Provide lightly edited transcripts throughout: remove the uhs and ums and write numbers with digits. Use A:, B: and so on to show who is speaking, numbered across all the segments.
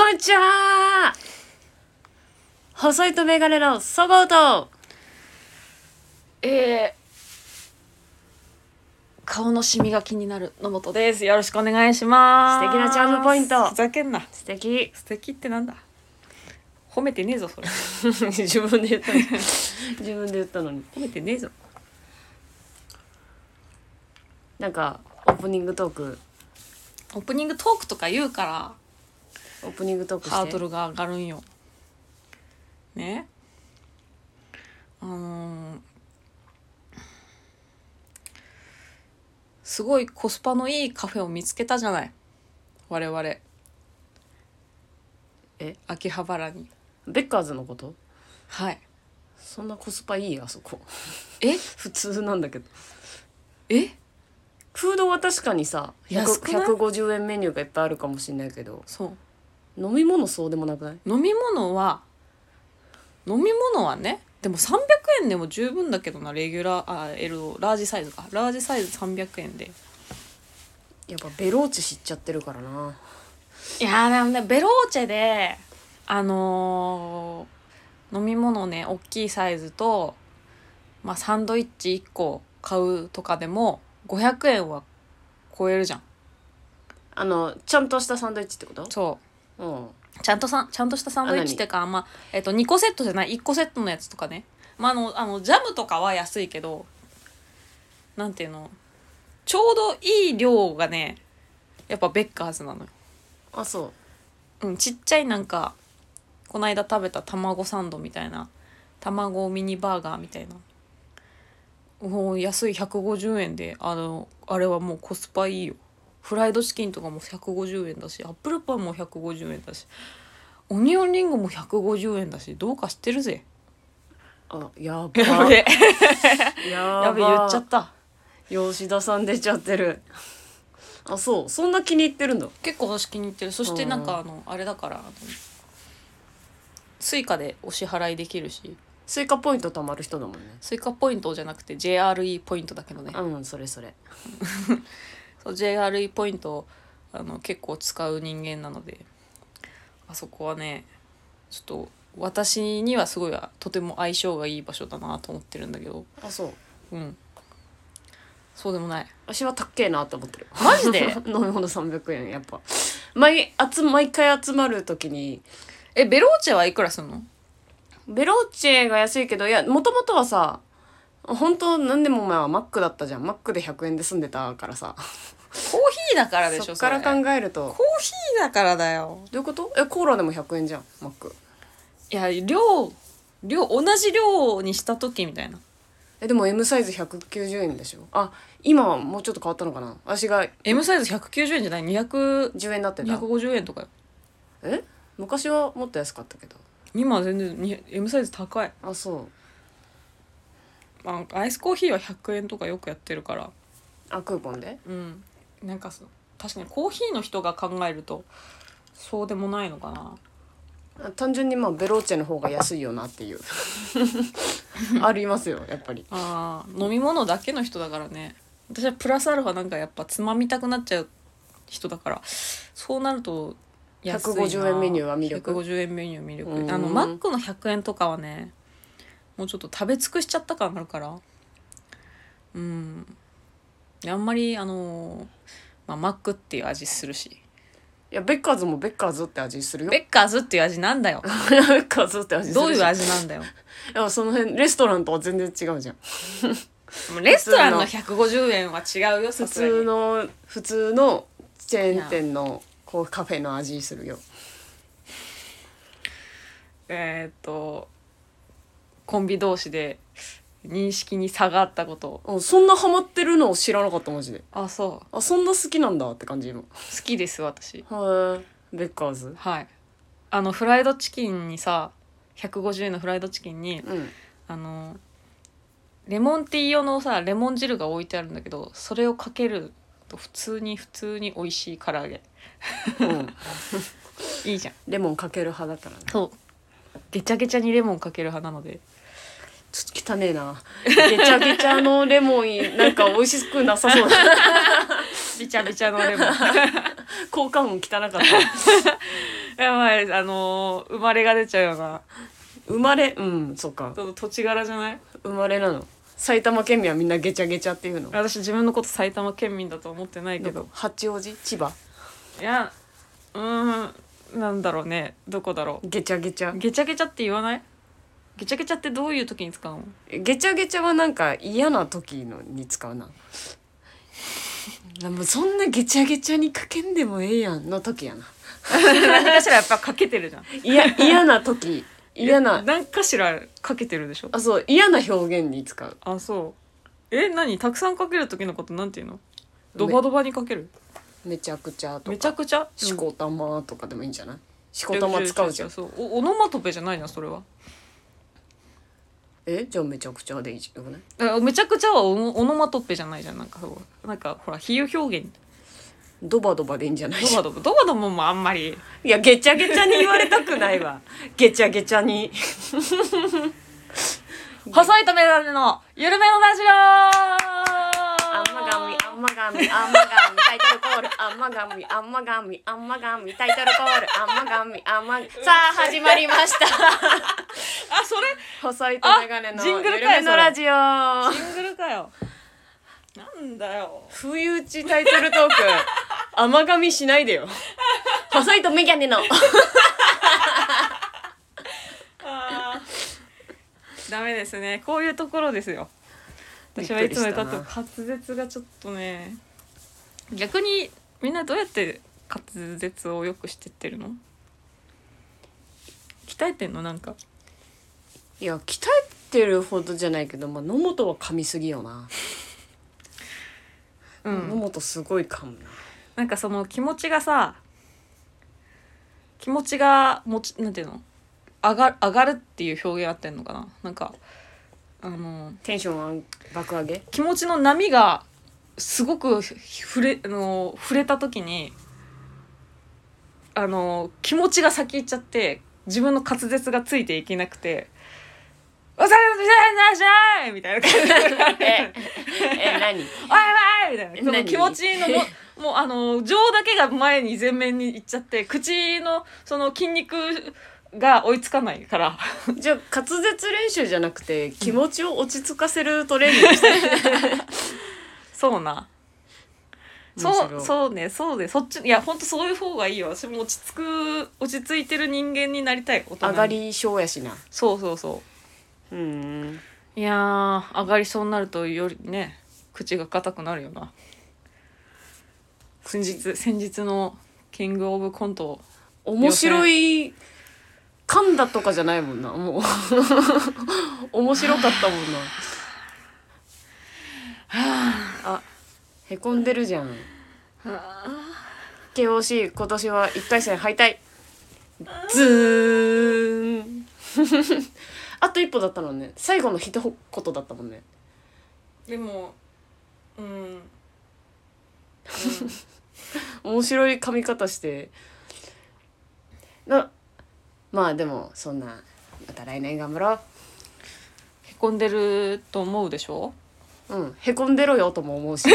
A: こんにちは。細いとメガネのそごうと
B: 顔のシミが気になる野本です。よろしくお願いします。
A: 素敵なチャームポイント。
B: ふざけんな。
A: 素敵。
B: 素敵ってなんだ。褒めてねえぞそれ。
A: 自分で言ったのに自分で言ったのに
B: 褒めてねえぞ。
A: なんかオープニングトーク
B: とか言うから
A: オープニングトークして
B: ハードルが上がるんよね。すごいコスパのいいカフェを見つけたじゃない、我々。秋葉原に。
A: ベッカーズのこと？
B: はい。
A: そんなコスパいい？あそこ普通なんだけど。フードは確かにさ
B: 安くない？
A: 150円メニューがいっぱいあるかもしれないけど、
B: そう
A: 飲み物そうでもなくない？
B: 飲み物はね、でも300円でも十分だけどな。レギュラーラージサイズ300円で。
A: やっぱベローチ知っちゃってるからな。
B: いやでもね、ベローチェで飲み物ね、大きいサイズと、サンドイッチ1個買うとかでも500円は超えるじゃん。
A: ちゃんとしたサンドイッチってこと？
B: そう、
A: うん、
B: ちゃんとしたサンドイッチってか、2個セットじゃない、1個セットのやつとかね。ジャムとかは安いけど、なんていうの、ちょうどいい量がね、やっぱベッカーズなのよ。
A: あ、そう。
B: ちっちゃいなんか、こないだ食べた卵サンドみたいな、卵ミニバーガーみたいな。もう安い150円で、あれはもうコスパいいよ。フライドチキンとかも150円だし、アップルパンも150円だし、オニオンリンゴも150円だし、どうか知ってるぜ。
A: やば
B: やべ
A: や
B: べ、言っちゃった。
A: 吉田さん出ちゃってる。そんな気に入ってるんだ。
B: 結構私気に入ってる。そしてなんかあれだから、スイカでお支払いできるし。
A: スイカポイント貯まる人だもんね。
B: スイカポイントじゃなくて JRE ポイントだけどね。
A: それそう
B: JRE ポイント結構使う人間なので、あそこはね、ちょっと私にはすごいとても相性がいい場所だなと思ってるんだけど。
A: そう
B: そうでもない。
A: 私は高えなって思ってる。
B: マジで
A: 飲み物300円やっぱ毎回集まる時に。
B: ベローチェはいくらするの？
A: ベローチェが安いけど、いやもともとはさ、本当何でも前はマックだったじゃん。マックで100円で済んでたからさ。
B: コーヒーだからでしょ。
A: そっから考えると
B: コーヒーだからだよ。
A: どういうこと？コーラでも100円じゃんマック。
B: いや、同じ量にした時みたいな。
A: でも M サイズ190円でしょ。今はもうちょっと変わったのかな。私が
B: M サイズ190円じゃない、
A: 210円だってた。
B: 250円とかよ。
A: 昔はもっと安かったけど。
B: 今は全然M サイズ高い。
A: そう。
B: アイスコーヒーは100円とかよくやってるから。
A: クーポンで？
B: なんか確かにコーヒーの人が考えるとそうでもないのかな。
A: 単純にベローチェの方が安いよなっていうありますよやっぱり。
B: 飲み物だけの人だからね。私はプラスアルファなんかやっぱつまみたくなっちゃう人だから、そうなると安いな。
A: 150円メニューは魅力。
B: 150円メニュー魅力。マックの100円とかはね、もうちょっと食べ尽くしちゃった感があるから、あんまりマックっていう味するし。
A: いやベッカーズもベッカーズって味するよ。
B: ベッカーズっていう味なんだよ。
A: ベッカーズって味するし。
B: どういう味なんだよ。
A: いやその辺レストランとは全然違うじゃん。
B: レストランの150円は違うよ。
A: 普通のチェーン店のカフェの味するよ。
B: コンビ同士で認識に差があったこと。
A: そんなハマってるのを知らなかったマジで。
B: そ
A: んな好きなんだって感じ今。
B: 好きです私。
A: ベッカーズ。
B: はい。フライドチキンにさ、150円のフライドチキンに、レモンティー用のさレモン汁が置いてあるんだけど、それをかけると普通に美味しい唐揚げ。いいじゃん。
A: レモンかける派だからね。
B: そう。げちゃげちゃにレモンかける派なので。
A: ちょっと汚ねえな。げちゃげちゃのレモンなんか美味しくなさそうだ。
B: びちゃびちゃのレモン。
A: 効果音汚かった。
B: やばい生まれが出ちゃうような
A: 生まれそうか
B: 土地柄じゃない？
A: 生まれなの。埼玉県民はみんなゲチャゲチャっていうの？
B: 私自分のこと埼玉県民だと思ってないけど。
A: 八王子千葉
B: いやなんだろうね、どこだろ
A: ゲチャゲチャ
B: う。ゲチャゲチャって言わない？ゲチャゲチャってどういう時に使うの？
A: ゲチャゲチャはなんか嫌な時のに使うな。もうそんなゲチャゲチャにかけんでもええやんの時やな。
B: 何かしらやっぱかけてるじゃん。
A: 嫌な時嫌な
B: 何かしらかけてるでしょ。
A: そう嫌な表現に使う。
B: あ、そう何たくさんかける時のことなんていうの？ドバドバにかける？
A: めちゃくちゃとか
B: めちゃくちゃ
A: しこたまとかでもいいんじゃない？しこたま使うじゃん。
B: そうオノマトペじゃないなそれは。
A: じゃあめちゃくちゃでいいよね。
B: めちゃくちゃはオノマトペじゃないじゃん。なんかほら比喩表現。
A: ドバドバでいいんじゃない？
B: ドバドバドバドバもあんまり。
A: いやゲチャゲチャに言われたくないわ。ゲチャゲチャに
B: 細いとメガネの緩めのラジオ。
A: あんまがみあんまがみあんまがみタイトルコールあんまがみあんまがみあんまがみタイトルコールあんまがみあんまさあ始まりました
B: あ、それ
A: 細いとメガネの
B: ジングル
A: ゆ
B: かよ
A: るめのラジオ。
B: ジングルかよ。なんだよ
A: 不意打ちタイトルトーク甘噛みしないでよ。細いとメガネの
B: ダメですね。こういうところですよ。私はいつもだと滑舌がちょっとね。逆にみんなどうやって滑舌をよくしてってるの？鍛えてんの？なんか
A: いや鍛えてるほどじゃないけど、まあ、野本は噛みすぎよな。野本すごい噛むな。
B: なんかその気持ちがさ、気持ちがなんていうの、上がるっていう表現あってんのかな。なんか
A: テンション爆上げ。
B: 気持ちの波がすごく触れた時に気持ちが先行っちゃって自分の滑舌がついていけなくて「おされなさい!」みたいな感じで
A: 何？
B: おいおいみたいな、その気持ちのもう情だけが前に前面に行っちゃって口のその筋肉が追いつかないから
A: じゃあ滑舌練習じゃなくて気持ちを落ち着かせるトレーニングして
B: そうな。そうねそっちいや本当そういう方がいいよ。私も落ち着いてる人間になりたい。大人に
A: 上がり症やしな。
B: そういやー上がりそうになるとよりね口が硬くなるよな。先日のキングオブコント
A: 面白い噛んだとかじゃないもんな。もう面白かったもんな。あ、へこんでるじゃん。KOC 今年は1回戦敗退。ズーンあと一歩だったのね。最後の一言だったもんね。
B: でも
A: 面白い噛み方してまあでもそんなまた来年頑張ろう。
B: へこんでると思うでしょ。
A: へこんでろよとも思うし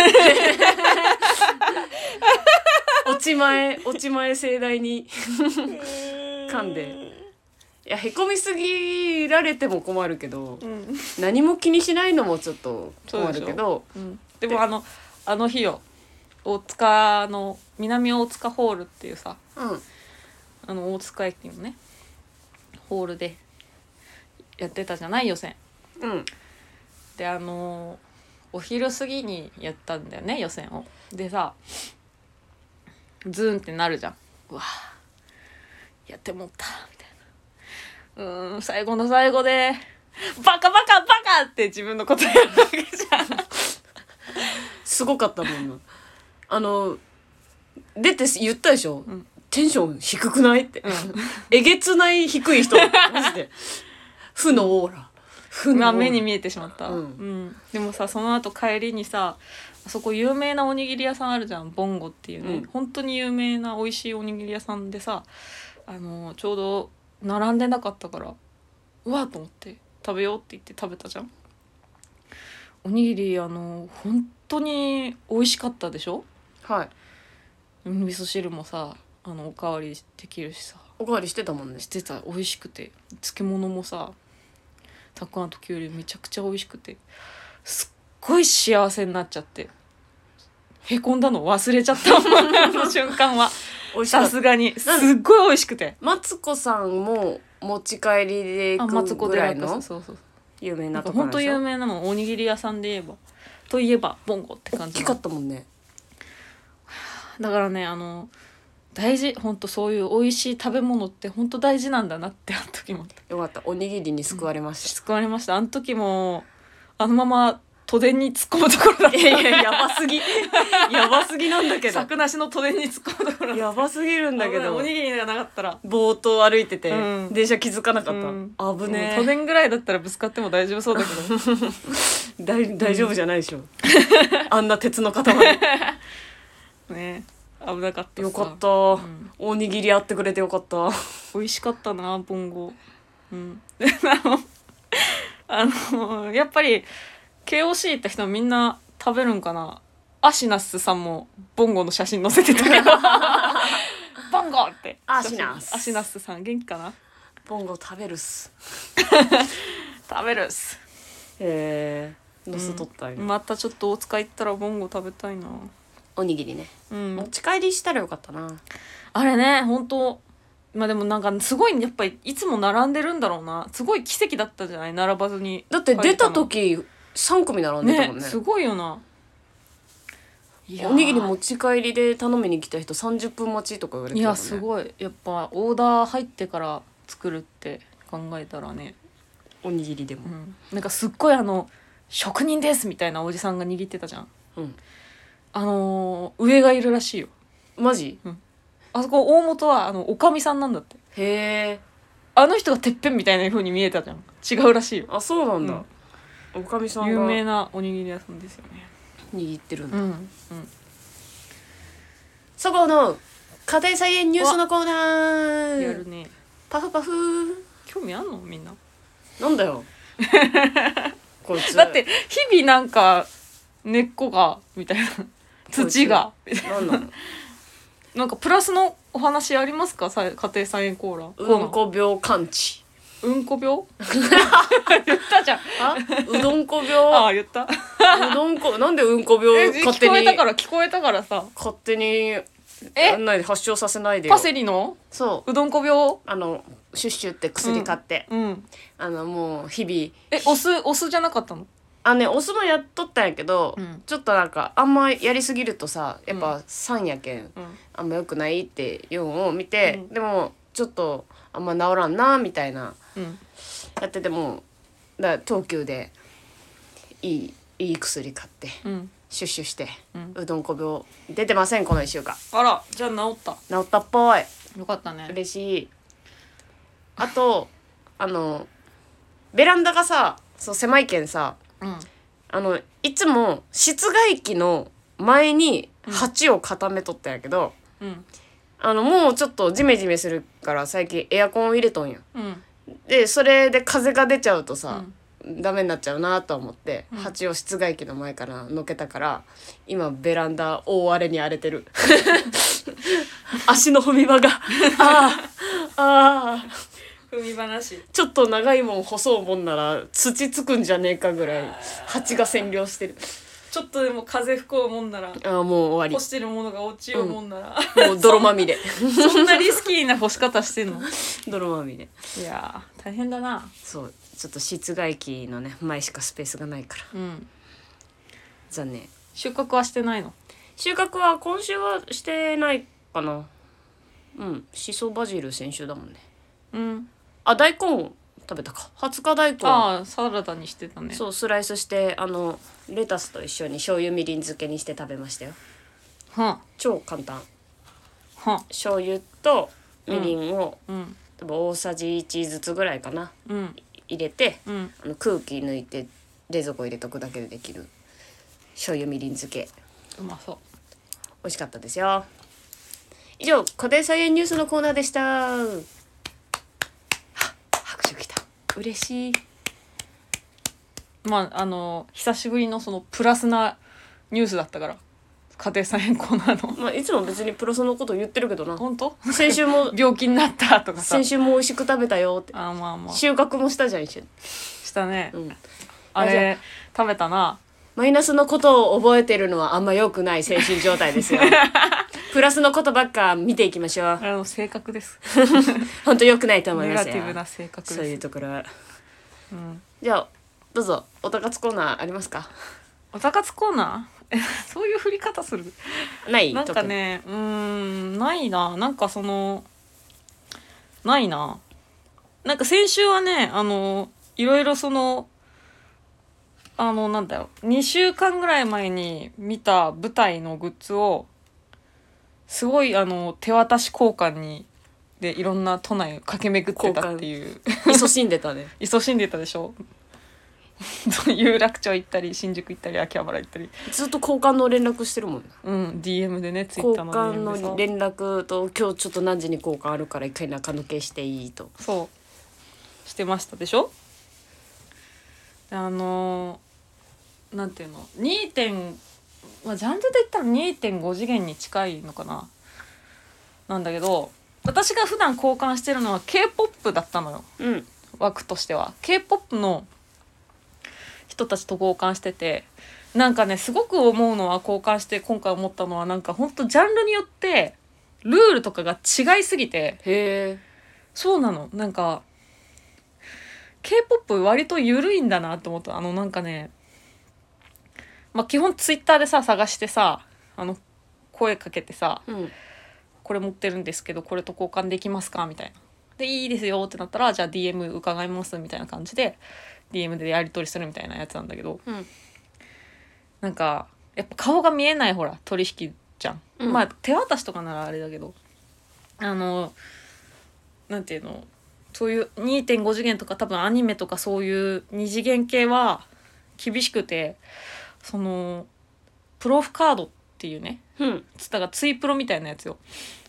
A: 落ち前盛大に噛んで、いやへこみすぎられても困るけど、何も気にしないのもちょっと困るけど、
B: でもあの日よ、大塚の南大塚ホールっていうさ、大塚駅のねホールでやってたじゃない予選。でお昼過ぎにやったんだよね予選を。でさズーンってなるじゃん。うわやってもったみたいな。最後の最後でバカバカバカって自分のことやるわけじゃん。
A: すごかったもんな。出て言ったでしょ、テンション低くないって、えげつない低い人マジで負のオーラ
B: 目に見えてしまった、でもさその後帰りにさあそこ有名なおにぎり屋さんあるじゃん、ボンゴっていうね、本当に有名な美味しいおにぎり屋さんでさちょうど並んでなかったからうわっと思って食べようって言って食べたじゃん。おにぎり本当に美味しかったでしょ。
A: はい。
B: 味噌汁もさおかわりできるしさ
A: おかわりしてたもんね。
B: してた。美味しくて、漬物もさたくあんときゅうりめちゃくちゃ美味しくて、すっごい幸せになっちゃって、へこんだの忘れちゃったもんあの瞬間は。
A: 美味しかった。
B: さすがにすっごい美味しくて、
A: マツコさんも持ち帰りで
B: あ、
A: 行
B: マツコ・
A: くぐらいの
B: デラックス、そうそう、
A: 有名
B: な
A: なんところでしょ。
B: かほんと有名なの、おにぎり屋さんで言えばといえばボンゴって感じの。
A: 大きかったもんね。
B: だからね、大事、ほんとそういう美味しい食べ物ってほんと大事なんだなってあの時も
A: よかった。おにぎりに救われました。
B: 救われました。あの時もあのまま都電に突っ込むところだった。
A: いやいや、やばすぎ。やばすぎなんだけど。
B: 柵なしの都電に突っ込むところだった。
A: やばすぎるんだけど。
B: おにぎりがなかったら
A: ぼーっと歩いてて、
B: うん
A: 電車気づかなかった。
B: うん
A: 危ね
B: 都電ぐらいだったらぶつかっても大丈夫そうだけど
A: え。大丈夫じゃないでしょ。あんな鉄の塊。
B: ね、危なかったさ。
A: よかった、
B: ん
A: おにぎりあってくれてよかった。
B: 美味しかったなボンゴ。うんでやっぱり KOC 行った人みんな食べるんかな。アシナスさんもボンゴの写真載せてたけどボンゴって
A: アシナス
B: アシナスさん元気かな。
A: ボンゴ食べるっす。
B: 食べるっす。
A: へえ、のすとったんや、
B: またちょっと大塚行ったらボンゴ食べたいな。
A: おにぎりね、持ち帰りしたらよかったな。
B: あれね、本当まあでもなんかすごいやっぱりいつも並んでるんだろうな。すごい奇跡だったじゃない、並ばずに。
A: だって出た時3組並んでたもんね。
B: すごいよな。
A: おにぎり持ち帰りで頼みに来た人30分待ちとか言われてたもんね。
B: いやすごい、やっぱオーダー入ってから作るって考えたらね、
A: おにぎりでも、
B: なんかすっごい職人ですみたいなおじさんが握ってたじゃん。上がいるらしいよ。
A: マジ？
B: あそこ大元はおかみさんなんだって。
A: へえ。
B: あの人がてっぺんみたいな風に見えたじゃん。違うらしいよ。
A: あ、そうなんだ、おかみさんが
B: 有名なおにぎり屋さんですよね。
A: 握ってるんだ、
B: うん
A: そこの家庭菜園ニュースのコーナー。
B: やるね。
A: パフパフ。
B: 興味あんのみんな。
A: なんだよこいつ。
B: だって日々なんか根っこがみたいな土が
A: なんなの
B: なんかプラスのお話ありますか？家庭菜園コーラ。
A: うんこ病完治。
B: うんこ病言ったじゃん。
A: あ、うどんこ病。
B: ああ言った。
A: うどんこ、なんでうんこ病勝手に
B: 聞こえたからさ。
A: 勝手にやんないで、発症させないでよ。
B: パセリの
A: そう
B: うどんこ病。
A: シュッシュって薬買って、もう日々
B: お酢じゃなかったの？
A: お酢もやっとったんやけど、ちょっとなんかあんまやりすぎるとさ、やっぱ酸やけん、あんま良くないっていうのを見て、でもちょっとあんま治らんなみたいな、やってても東急でいい薬買って、シュッシュして、うどんこ病出てませんこの1週間。
B: あら、じゃあ治った。
A: 治ったっぽい。
B: よかったね。
A: 嬉しい。あとベランダがさ、そう狭いけんさ、いつも室外機の前に鉢を固めとったんやけど、もうちょっとジメジメするから最近エアコンを入れとんよ。でそれで風が出ちゃうとさ、ダメになっちゃうなと思って、鉢を室外機の前からのけたから、今ベランダ大荒れに荒れてる足の踏み場が
B: 踏み話。
A: ちょっと長いもん細うもんなら土つくんじゃねえかぐらい蜂が占領してる。
B: ちょっとでも風吹こうもんなら、
A: もう終わり。
B: 干してるものが落ちようもんなら、
A: もう泥まみれ
B: そんなリスキーな干し方してんの？
A: 泥まみれ。
B: いやー大変だな。
A: そう、ちょっと室外機のね前しかスペースがないから、残念。
B: 収穫はしてないの？
A: 収穫は今週はしてないかな。しそバジル先週だもんね。大根食べたか。20日大根。
B: サラダにしてたね。
A: そう、スライスしてレタスと一緒に醤油みりん漬けにして食べましたよ。超簡単。醤油とみりんを、多分大さじ1ずつぐらいかな、入れて、空気抜いて冷蔵庫入れとくだけでできる醤油みりん漬け。
B: うまそう。
A: 美味しかったですよ。以上、家庭菜園ニュースのコーナーでした。拍手きた。嬉しい。
B: 久しぶりのそのプラスなニュースだったから家庭菜園コーナーの。
A: まあいつも別にプラスのこと言ってるけどな。
B: 本当？
A: 先週も
B: 病気になったとかさ。
A: 先週も美味しく食べたよって。
B: あ、まあまあ。
A: 収穫もしたじゃん一緒に。
B: したね。
A: うん。
B: あれ食べたな。
A: マイナスのことを覚えてるのはあんま良くない精神状態ですよ。プラスのことばっか見ていきましょう。
B: 性格です。
A: 本当良くないと思い
B: ネ
A: ますよ。
B: ガティブな性格です。
A: そういうところは。
B: うん、
A: じゃあどうぞおたかつコーナーありますか？
B: おたかつコーナーそういう振り方する？
A: ない
B: なんかね、ないな。なんかないな。なんか先週はね、いろいろなんだよ、2週間ぐらい前に見た舞台のグッズをすごい手渡し交換でいろんな都内を駆け巡ってたっていう。
A: 勤しんでたね。
B: 勤しんでたでしょ。有楽町行ったり新宿行ったり秋葉原行ったり
A: ずっと交換の連絡してるもんね。
B: うん、DM でね、ツイッ
A: 交
B: ターの
A: 換
B: DM でさ
A: の連絡と今日ちょっと何時に交換あるから一回中抜けしていいと。
B: そうしてましたでしょ。なんていうの、まあ、ジャンルで言ったら 2.5 次元に近いのかな、なんだけど、私が普段交換してるのは K-POP だったのよ、
A: うん、
B: 枠としては K-POP の人たちと交換してて、なんかねすごく思うのは、交換して今回思ったのは、なんかほんとジャンルによってルールとかが違いすぎて。
A: へえ。
B: そうなの。なんか K-POP 割と緩いんだなと思った。なんかね、まあ基本ツイッターでさ探してさ、声かけてさ、
A: うん、
B: これ持ってるんですけどこれと交換できますかみたいな。でいいですよってなったら、じゃあ DM 伺いますみたいな感じで DM でやり取りするみたいなやつなんだけど、
A: うん、
B: なんかやっぱ顔が見えないほら取引じゃん、
A: うん、
B: まあ手渡しとかならあれだけど、なんていうの、そういう 2.5 次元とか多分アニメとかそういう2次元系は厳しくて、プロフカードっていうね、
A: うん、
B: つったがツイプロみたいなやつよ。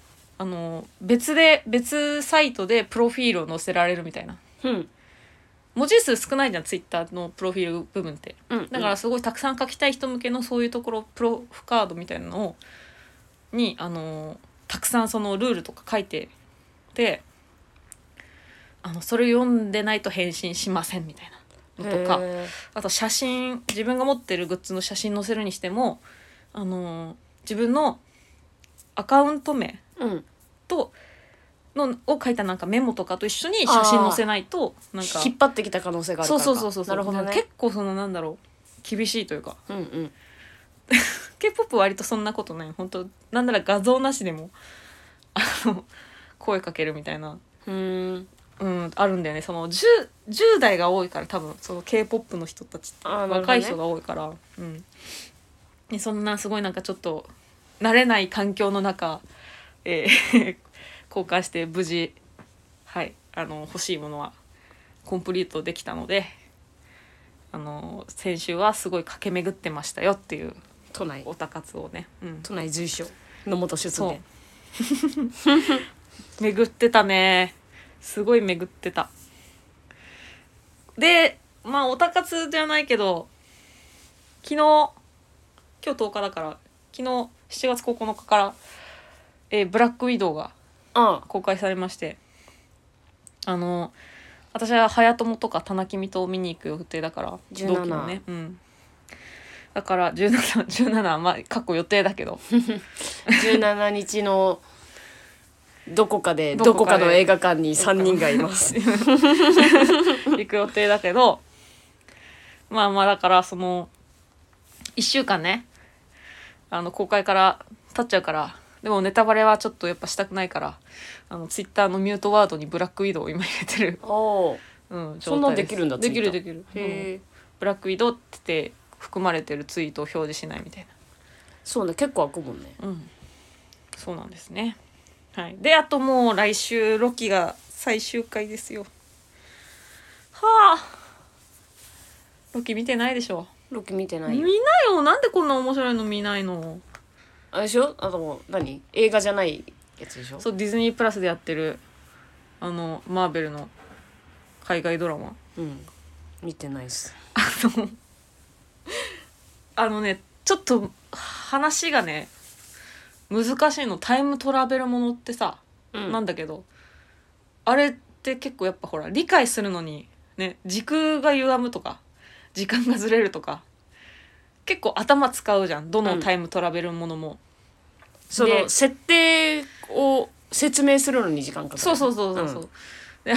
B: 別サイトでプロフィールを載せられるみたいな。
A: うん、
B: 文字数少ないじゃんツイッターのプロフィール部分って、
A: うん、
B: だからすごいたくさん書きたい人向けのそういうところ、プロフカードみたいなのにたくさんそのルールとか書いてて、それ読んでないと返信しませんみたいなのとか、あと写真、自分が持ってるグッズの写真載せるにしても、自分のアカウント名とを書いたなんかメモとかと一緒に写真載せないと、なんか
A: 引っ張ってきた可能性があるからか。
B: そう
A: なるほどね。
B: 結構なんだろう、厳しいというか、
A: うんうん、
B: K-POP 割とそんなことない。本当なんなら画像なしでも声かけるみたいな、あるんだよね。その 10代が多いから、多分その K-POP の人たちって若い人が多いから、でそんなすごいなんかちょっと慣れない環境の中、交換して無事、はい、欲しいものはコンプリートできたので、先週はすごい駆け巡ってましたよっていう
A: 都内
B: オタ活をね、
A: 都内随所の元出現
B: 巡ってたね。すごい巡ってた。でまあオタ活じゃないけど、今日10日だから、昨日7月9日から、ブラックウィドウが公開されまして、私は早友とか田中美と見に行く予定だから、
A: 17
B: 同期のね、だから17まあ過去予定だけど
A: 17日のどこかの映画館に3人がいます
B: 行く予定だけど、まあだからその1週間ね、公開から経っちゃうから、でもネタバレはちょっとやっぱしたくないから、ツイッターのミュートワードにブラックウィドウを今入れてる
A: おそんなんできるんだ。
B: できる、ブラックウィドウって含まれてるツイートを表示しないみたいな。
A: そうね、結構開くもんね。
B: そうなんですね。はい。であともう来週ロキが最終回ですよ。はあ、ロキ見てないでしょ。
A: ロキ見てないよ。
B: 見なよ。なんでこんな面白いの見ないの。
A: あれでしょ、あと何、映画じゃないやつでしょ。
B: そう、ディズニープラスでやってるマーベルの海外ドラマ。
A: 見てないっす。
B: ね、ちちょっと話がね難しいの。タイムトラベルものってさ、なんだけどあれって結構やっぱほら理解するのにね時空が歪むとか時間がずれるとか結構頭使うじゃん、どのタイムトラベルものも。
A: その設定を説明するのに時間かかる。
B: そうそうそうそうそう、で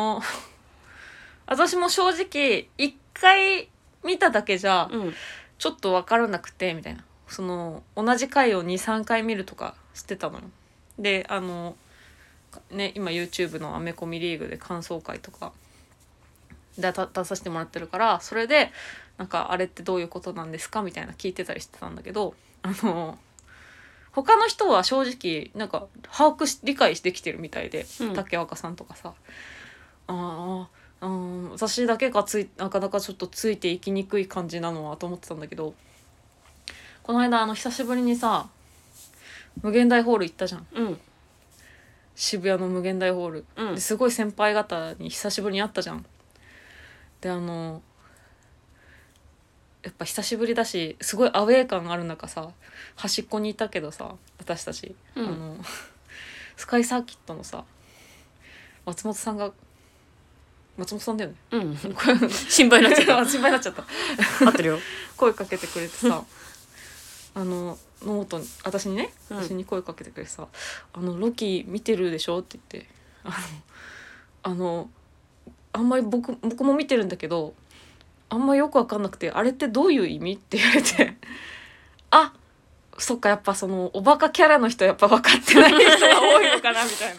B: 私も正直一回見ただけじゃちょっと分からなくてみたいな、その同じ回を 2,3 回見るとかしてたのよ。でね、今 YouTube のアメコミリーグで感想会とかで出させてもらってるから、それでなんかあれってどういうことなんですかみたいな聞いてたりしてたんだけど、他の人は正直なんか理解できてるみたいで、竹若さんとかさ、私だけがなかなかちょっとついていきにくい感じなのはと思ってたんだけど、この間久しぶりにさ無限大ホール行ったじゃん、渋谷の無限大ホール、ですごい先輩方に久しぶりに会ったじゃん。でやっぱ久しぶりだしすごいアウェー感がある中さ、端っこにいたけどさ私たち、スカイサーキットのさ松本さんだよね、
A: 心配になっちゃった
B: 心配になっちゃった
A: 合ってるよ
B: 声かけてくれてさノートに私にね、私に声かけてくれてさロキ見てるでしょって言って、あんまり僕も見てるんだけどあんまよく分かんなくて、あれってどういう意味って言われてあ、そっか、やっぱそのおバカキャラの人やっぱ分かってない人が多いのかなみたいな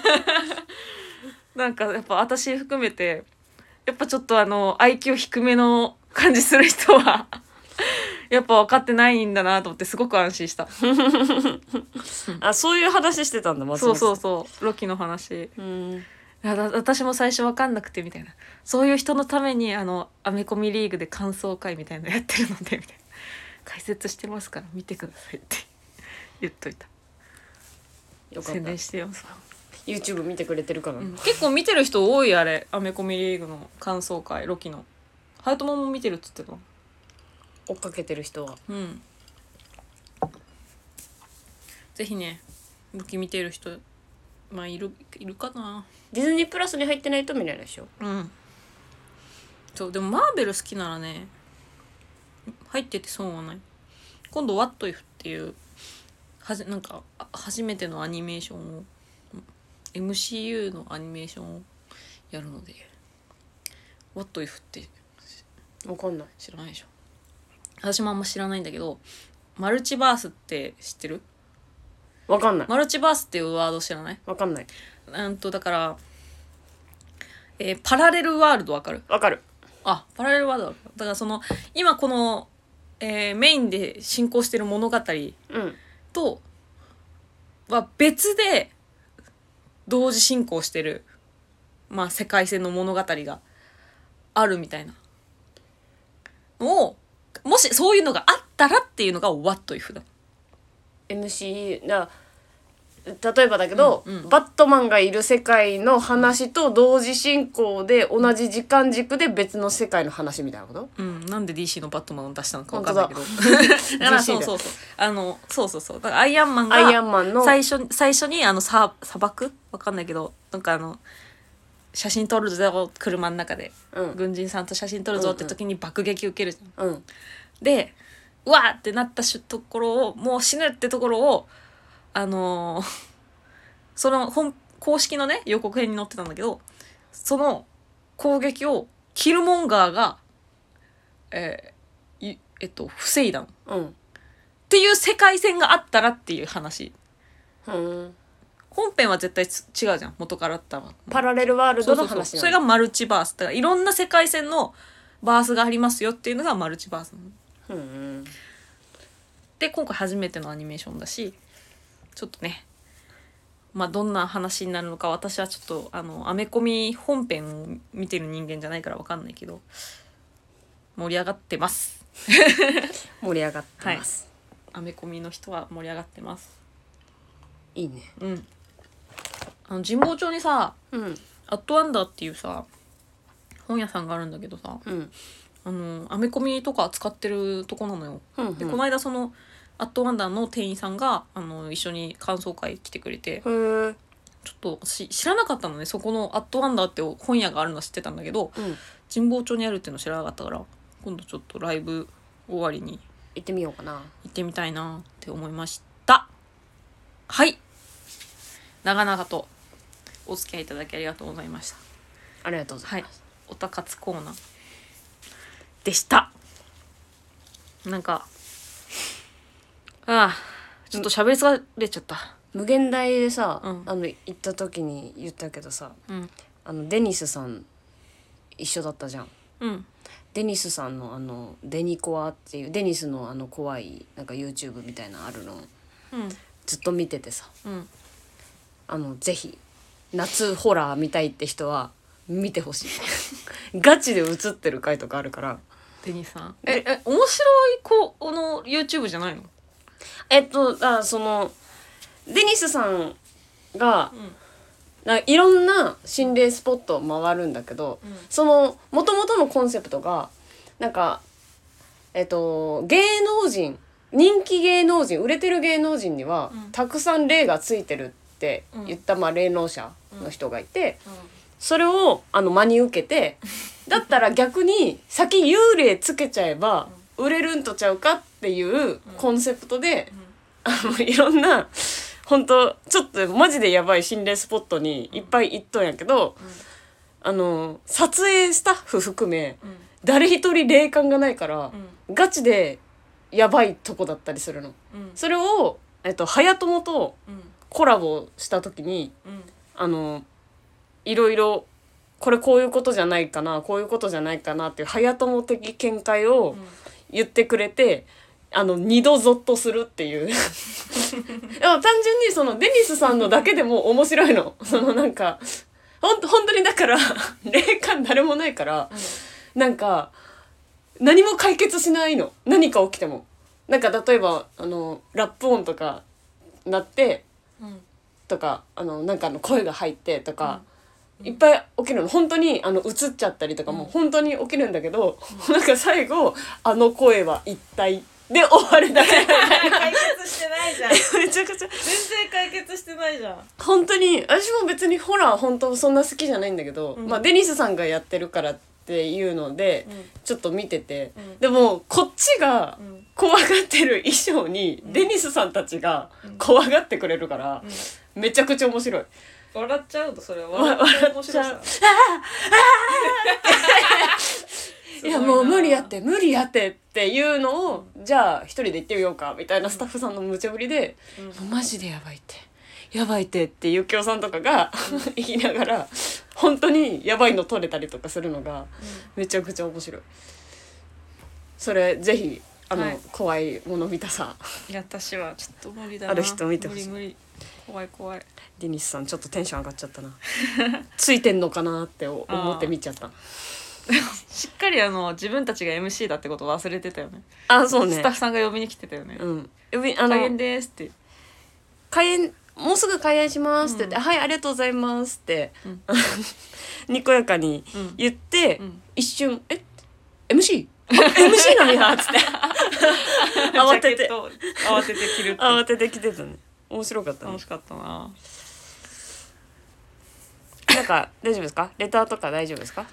B: なんかやっぱ私含めてやっぱちょっとIQ 低めの感じする人はやっぱ分かってないんだなと思ってすごく安心した
A: あ、そういう話してたんだ。
B: そうロキの話。私も最初分かんなくてみたいな、そういう人のためにアメコミリーグで感想会みたいなのやってるのでみたいな、解説してますから見てくださいって言っといた。
A: よかった、
B: 宣伝してよ。
A: YouTube 見てくれてるから、
B: 結構見てる人多い。あれアメコミリーグの感想会、ロキのハヤトモも見てるって言ってた。
A: 追っかけてる人は
B: ぜひねロキ見てる人まあいるかな。
A: ディズニープラスに入ってないと見れないでしょ。
B: そうでもマーベル好きならね入ってて損はない。今度 What If っていうなんか初めてのアニメーションを MCU のアニメーションをやるので、 What If って
A: 分かんない。
B: 知らないでしょ。私もあんま知らないんだけど、マルチバースって知ってる？
A: 分かんない。
B: マルチバースっていうワード知らない？
A: 分かんない。
B: だから、パラレルワールド分かる？
A: 分かる。
B: パラレルワールドだからその今この、メインで進行してる物語とは別で同時進行してる、まあ世界線の物語があるみたいなのを、もしそういうのがあったらっていうのが What If だ。
A: MCU 例えばだけど、バットマンがいる世界の話と同時進行で同じ時間軸で別の世界の話みたいなこと？
B: なんで DC のバットマンを出したのか分かんないけどだからそうだからアイアンマンが最初に砂漠分かんないけどなんか写真撮るぞ車の中で、軍人さんと写真撮るぞって時に爆撃受けるじゃん、でうわーってなったところをもう死ぬってところをその公式のね予告編に載ってたんだけど、その攻撃をキルモンガーが防いだの、っていう世界線があったらっていう話。本編は絶対違うじゃん、元からあったわ。
A: パラレルワールドの話
B: それがマルチバースだから、いろんな世界線のバースがありますよっていうのがマルチバースなの。で今回初めてのアニメーションだし、ちょっとねまあどんな話になるのか私はちょっとアメコミ本編を見てる人間じゃないから分かんないけど盛り上がってます
A: 盛り上がってます、
B: アメコミの人は盛り上がってます。
A: いいね。
B: 神保町にさ、アットワンダーっていうさ本屋さんがあるんだけどさ、 アメコミとか使ってるとこなのよ。でこの間そのアットワンダーの店員さんが一緒に感想会来てくれて、ちょっと知らなかったのね。そこのアットワンダーって本屋があるの知ってたんだけど、神保町にあるっていうの知らなかったから、今度ちょっとライブ終わりに
A: 行ってみようかな。
B: 行ってみたいなって思いました。はい、長々とお付き合いいただきありがとうございました。
A: ありがとうございます。
B: おたかつコーナーでした。なんかちょっと喋り疲れちゃった。
A: 無限大でさ、行った時に言ったけどさ、デニスさん一緒だったじゃん。デニスさんのデニコアっていうデニスの怖いなんか YouTube みたいなのあるの、ずっと見ててさ、ぜひ夏ホラー見たいって人は見てほしいガチで映ってる回とかあるから。
B: デニスさん面白い子の YouTube じゃないの？
A: そのデニスさんが、いろんな心霊スポットを回るんだけど、その元々のコンセプトがなんか芸能人、人気芸能人、売れてる芸能人には、たくさん霊がついてるって言った、霊能者の人がいて、それを真に受けて、だったら逆に先幽霊つけちゃえば売れるんとちゃうかっていうコンセプトで、いろんな本当ちょっとマジでやばい心霊スポットにいっぱい行っとんやけど、撮影スタッフ含め、誰一人霊感がないから、ガチでやばいとこだったりするの。それを早友とコラボした時に、いろいろこういうことじゃないかな、こういうことじゃないかなっていう早友的見解を言ってくれて、二度ゾッとするっていうでも単純にそのデニスさんのだけでも面白いの。そのなんか本当にだから霊感誰もないから、なんか何も解決しないの。何か起きてもなんか例えばラップ音とか鳴って、とかなんか声が入ってとか、いっぱい起きるの。本当に映っちゃったりとかも本当に起きるんだけど、なんか最後声は一体で終わるだけ
B: 解決してないじゃん
A: めちゃくちゃ
B: 全然解決してないじゃん。
A: 本当に私も別にホラー本当そんな好きじゃないんだけど、デニスさんがやってるからっていうので、ちょっと見てて、でもこっちが怖がってる衣装に、デニスさんたちが怖がってくれるから、めちゃくちゃ面白い。
B: 笑っちゃうとそれは笑っちゃう面白さ
A: いやもう無理やってっていうのを、じゃあ一人で行ってみようかみたいなスタッフさんの無茶ぶりで、もうマジでやばいってゆきおさんとかが言いながら本当にやばいの撮れたりとかするのがめちゃくちゃ面白い。それぜひ怖いもの見たさ、
B: いや私はちょっと無理だな、
A: ある人見てほしい。
B: 無理怖い。
A: デニスさんちょっとテンション上がっちゃったなついてんのかなって思って見ちゃった。
B: しっかり自分たちが MC だってことを忘れてたよね。
A: そうね。
B: スタッフさんが呼びに来てたよね。開演ですって
A: もうすぐ開演しますって言って、はいありがとうございますって、にこやかに言って、一瞬MC なんやっつって慌てて着る慌てて着てたね。面白かったね。
B: 楽しかったな。
A: なんか大丈夫ですか？レターとか大丈夫ですか？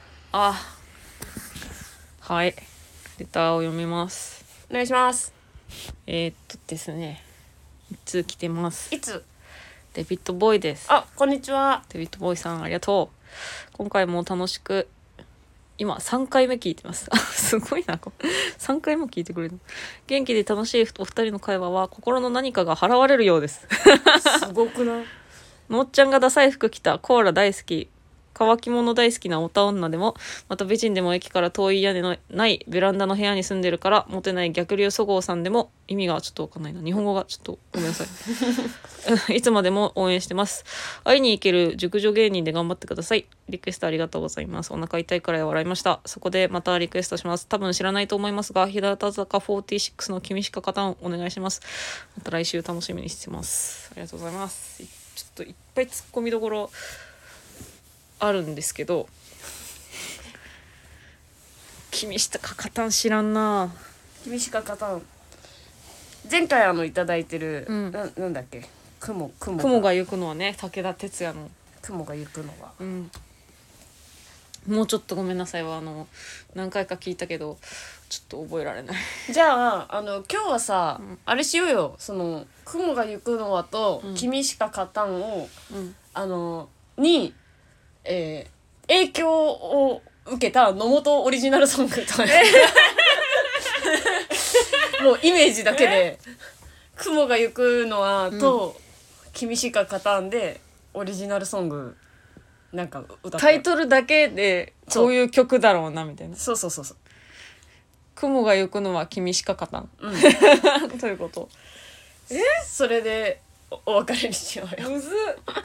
B: はい、レターを読みます。
A: お願いします。
B: ですね、いつ来てます。
A: いつ？
B: デビッドボーイです。
A: こんにちは。
B: デビッドボーイさんありがとう。今回も楽しく今3回目聞いてますすごいな、3回も聞いてくれる。元気で楽しいお二人の会話は心の何かが払われるようです
A: すごくない？
B: のっちゃんがダサい服着た、コーラ大好き、乾き物大好きなオタ女でも、また美人でも駅から遠い屋根のないベランダの部屋に住んでるからモテない逆流そごうさんでも、意味がちょっとわかんないな、日本語がちょっとごめんなさいいつまでも応援してます。会いに行ける熟女芸人で頑張ってください。リクエストありがとうございます。お腹痛いくらい笑いました。そこでまたリクエストします。多分知らないと思いますが、日向坂46の君しか勝たんお願いします。また来週楽しみにしてます。ありがとうございます。ちょっといっぱい突っ込みどころあるんですけど、 君したかかたん知らんな。
A: 君しか勝たん。前回いただいてる、なんだっけ、雲
B: が行くのはね、武田鉄矢の
A: 雲が行くのは、
B: もうちょっとごめんなさいは何回か聞いたけどちょっと覚えられない。
A: じゃあ今日はさ、あれしようよ、その雲が行くのはと、君しか勝たんを、に、影響を受けた野本オリジナルソングともうイメージだけで雲が行くのはと、君しか勝たんでオリジナルソングなんか歌った
B: タイトルだけでこういう曲だろうなみたいな。
A: そう
B: 雲が行くのは君しか勝たん、ということ。
A: それでお別れにしようよ。
B: むずっ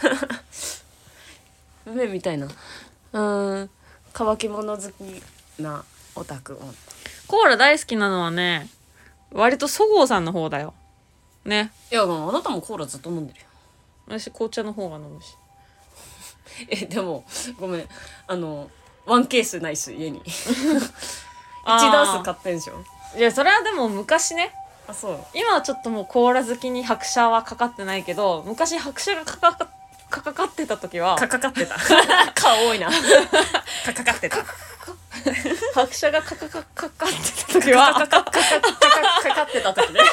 A: 梅みたいな乾き物好きなオタク。
B: コーラ大好きなのはね割とそごうさんの方だよね。
A: いやもうあなたもコーラずっと飲んでるよ。
B: 私紅茶の方が飲むし。
A: でもごめんワンケースないっす家に1ダース買ってんでしょ。
B: いやそれはでも昔ね。
A: あ、そう。
B: 今はちょっともうコーラ好きに拍車はかかってないけど、昔拍車がかかってた時は
A: かかってた顔多いなかかってた
B: 拍車がかかってた時は
A: かかってた時ね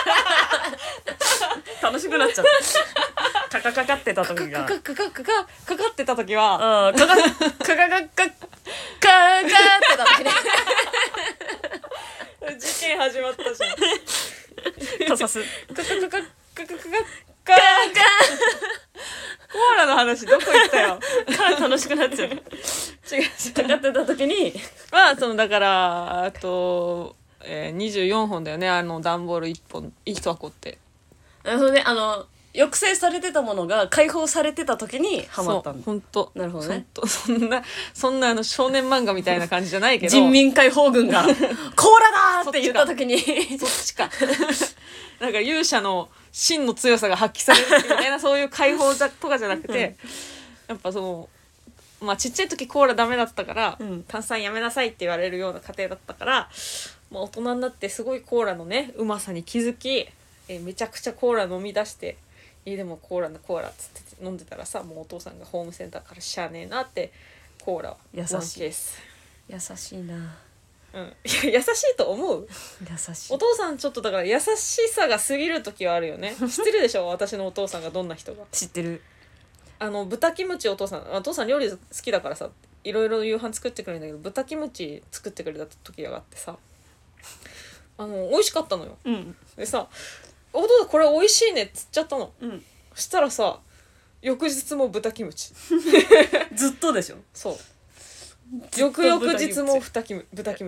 A: 楽しくなっちゃったかかってた時が
B: かかってた時は
A: かかってた時ね
B: 事件始まったじゃん。
A: かさす
B: コーラの話どこ行ったよ。
A: 楽しくなっちゃう。違うかかってた時に
B: だから24本だよね、段ボール1本1箱って。
A: それで抑制されてたものが解放されてた時にハマったんだ。
B: 本当。
A: なるほどね。
B: そんな少年漫画みたいな感じじゃないけど
A: 人民解放軍がコーラだって言った時に
B: そっちかなんか勇者の真の強さが発揮されるみたいなそういう解放とかじゃなくて、やっぱちっちゃい時コーラダメだったから、炭酸やめなさいって言われるような家庭だったから、大人になってすごいコーラのねうまさに気づき、めちゃくちゃコーラ飲み出して、でもコーラっつって飲んでたらさ、もうお父さんがホームセンターからしゃあねえなってコーラは
A: 優しい
B: ワンケース。
A: 優しいな。
B: 優しいと思う。
A: 優しい。
B: お父さんちょっとだから優しさが過ぎる時はあるよね。知ってるでしょ私のお父さんがどんな人か。
A: 知ってる。
B: 豚キムチお父さん料理好きだからさ、いろいろ夕飯作ってくれるんだけど、豚キムチ作ってくれた時があってさ、美味しかったのよ。でさ、お父さんこれ美味しいねっつっちゃったの。そしたらさ、翌日も豚キムチ
A: ずっとでしょ。
B: そう、翌々日も豚キムチ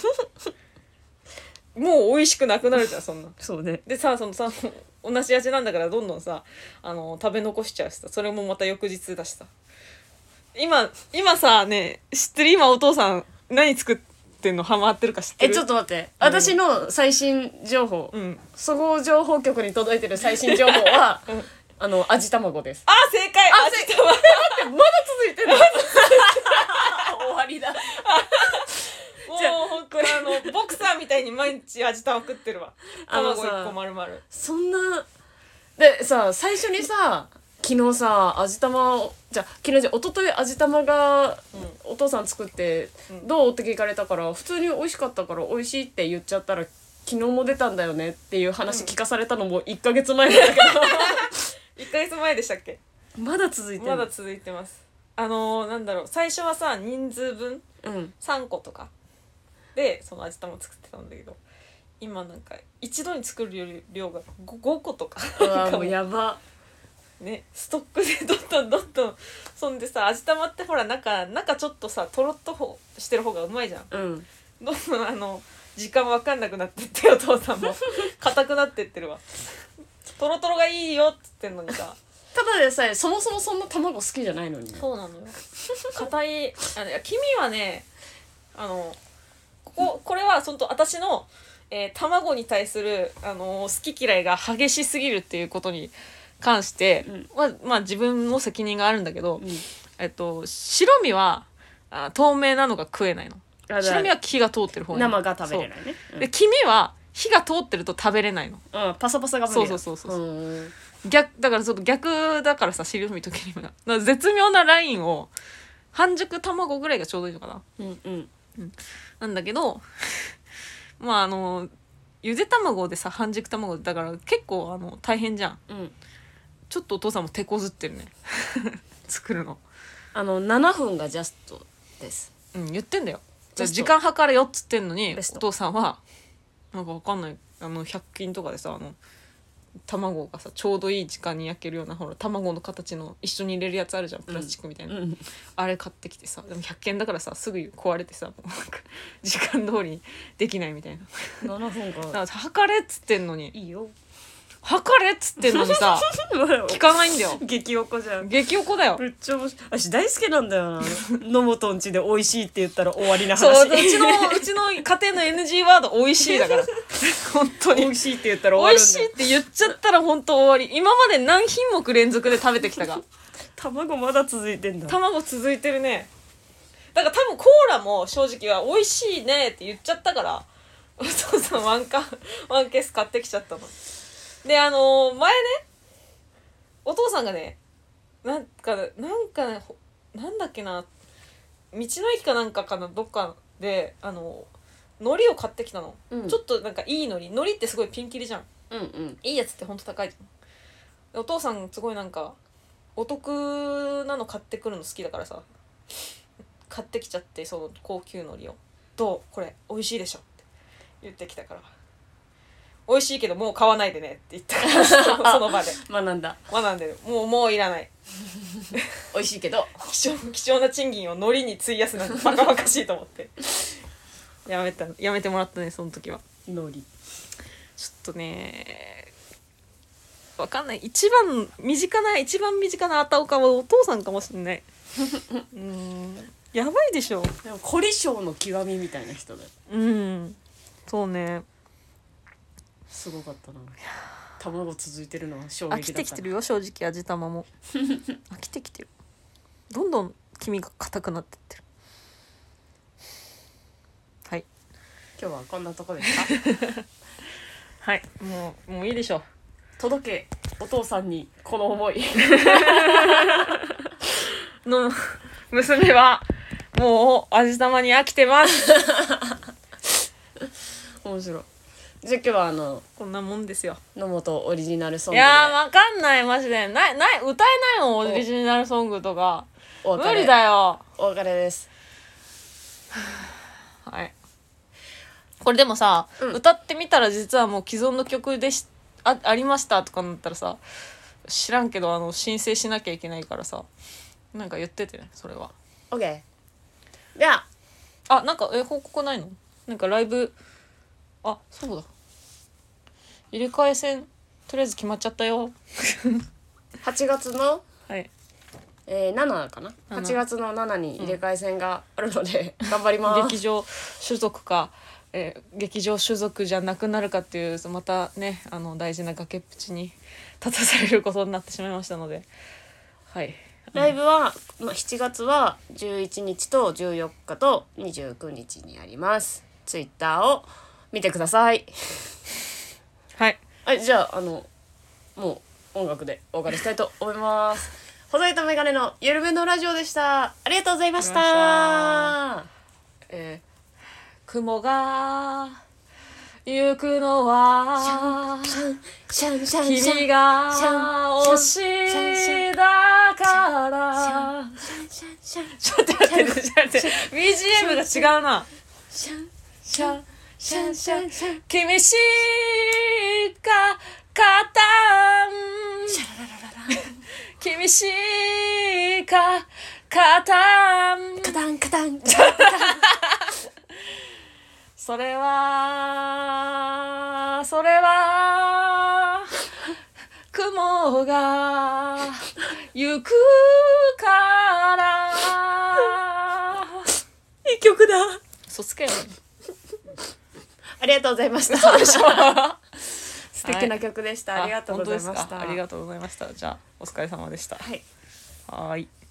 B: もう美味しくなくなるじゃんそんな。
A: そうね。
B: でさ、同じ味なんだからどんどんさ食べ残しちゃうしさ、それもまた翌日だしさ。今さね、知ってる？今お父さん何作ってんのハマってるか知ってる？
A: ちょっと待って、私の最新情報、総合情報局に届いてる最新情報は味玉です。
B: 正解。味玉
A: 待って、まだ続いてるの終わりだ
B: もうほんとボクサーみたいに毎日味玉食ってるわ。卵1個丸々。
A: そんなでさ、最初にさ、昨日さ味玉を一昨日味玉がお父さん作って、どうって聞かれたから、普通に美味しかったから美味しいって言っちゃったら、昨日も出たんだよねっていう話聞かされたのも1ヶ月前なんだけど
B: 1ヶ月前でしたっけ？
A: まだ続いてる。
B: まだ続いてます。なんだろう、最初はさ人数分、3個とかでその味玉作ってたんだけど、今なんか一度に作る量が 5個とか
A: もうやば
B: ね、ストックでどんどんそんでさ、味玉ってほら中ちょっとさとろっとしてる方がうまいじゃん。どんどん時間分かんなくなってってお父さんも硬くなってってるわ。トロトロがいいよっつってんのにさ、
A: ただでさえそもそもそんな卵好きじゃないのにね。
B: そうなのよ。硬い黄身はね、これは本当私の、卵に対する、好き嫌いが激しすぎるっていうことに関して、自分の責任があるんだけど、白身は透明なのが食えないの。 白身は火が通ってる方に
A: 生が食べれないね。
B: で黄身は火が通ってると食べれないの。
A: パサパサが無理や。
B: そう逆だからちょっと逆だからさ、白身と黄身がだから絶妙なラインを半熟卵ぐらいがちょうどいいのかな。なんだけどまあゆで卵でさ半熟卵だから結構大変じゃん。ちょっとお父さんも手こずってるね作るの。
A: 7分がジャストです。
B: 言ってんだよ。時間計れよっつってんのに
A: お
B: 父さんはなんかわかんない100均とかでさ卵がさちょうどいい時間に焼けるようなほら卵の形の一緒に入れるやつあるじゃん、プラスチックみたいな、あれ買ってきてさ、でも100均だからさすぐ壊れてさもうなんか時間通りにできないみたいな。
A: 7分
B: だから測れっつってんのに
A: いいよ。
B: 測れっつってんのにさ聞かないんだよ。
A: 激おこじゃん。
B: 激おこだよ。
A: めっちゃ面白い。私大好きなんだよな。野本んちで美味しいって言ったら終わりな話。
B: そううちの家庭の NG ワード美味しいだから本当に
A: 美味しいって言ったら終わるんだよ。
B: 美味しいって言っちゃったら本当終わり。今まで何品目連続で食べてきたか
A: 卵まだ続いてんだ。
B: 卵続いてるね。だから多分コーラも正直は美味しいねって言っちゃったからお父さんワンケース買ってきちゃったので、前ねお父さんがねなんかねなんだっけな、道の駅かなんかかな、どっかで海苔を買ってきたの、ちょっとなんかいい海苔ってすごいピンキリじゃん、いいやつってほんと高いじゃん。お父さんすごいなんかお得なの買ってくるの好きだからさ、買ってきちゃって、その高級海苔をどうこれ美味しいでしょって言ってきたから、美味しいけどもう買わないでねって言ったからその場で
A: 学んでる。
B: もういらない
A: 美味しいけど
B: 貴重な賃金を海苔に費やすなんてバカバカしいと思ってやめてもらったね、その時は。
A: 海苔
B: ちょっとねわかんない。一番身近なあたおかはお父さんかもしんないやばいでしょ。
A: でも凝り性の極みみたいな人だよ。
B: そうね、
A: すごかったな。卵続いてるのは衝撃だった。
B: 飽きてきてるよ正直。味玉も飽きてきてる。どんどん黄身が硬くなってってる。はい、
A: 今日はこんなとこですか
B: はい、もういいでしょう。
A: 届けお父さんにこの思い
B: の娘はもう味玉に飽きてます
A: 面白い。じゃあ今日は
B: こんなもんですよ。
A: 野本オリジナルソン
B: い
A: グで
B: やーわかんないマジで。歌えないもんオリジナルソングとか。無理だよ。
A: お別れです。
B: はい。これでもさ、歌ってみたら実はもう既存の曲でありましたとかなったらさ、知らんけど申請しなきゃいけないからさ、なんか言っててね、それは。
A: OK。 では
B: なんか報告ないの？なんかライブそうだ、入れ替え戦とりあえず決まっちゃったよ
A: 8月の
B: はい
A: 7かな、8月の7に入れ替え戦があるので、頑張ります。
B: 劇場所属か、劇場所属じゃなくなるかっていうまたね大事な崖っぷちに立たされることになってしまいましたので、はい。
A: ライブは、7月は11日と14日と29日にあります。ツイッターを見てください。
B: はい。
A: じゃあもう音楽でお別れしたいと思います。細いとメガネのゆるめのラジオでした。ありがとうございました。
B: 雲が行くのは君が推しだからちょっと待って BGM が違うな。君しか勝たん君しか勝たん
A: カタンカタン
B: それは雲が行くから
A: いい曲だ。
B: 嘘つけよ
A: ありがとうございました。
B: 嘘でしょ
A: 素敵な曲でした。ありがとうございました。
B: ありがとうございました。じゃあお疲れ様でした。
A: はい。
B: はい。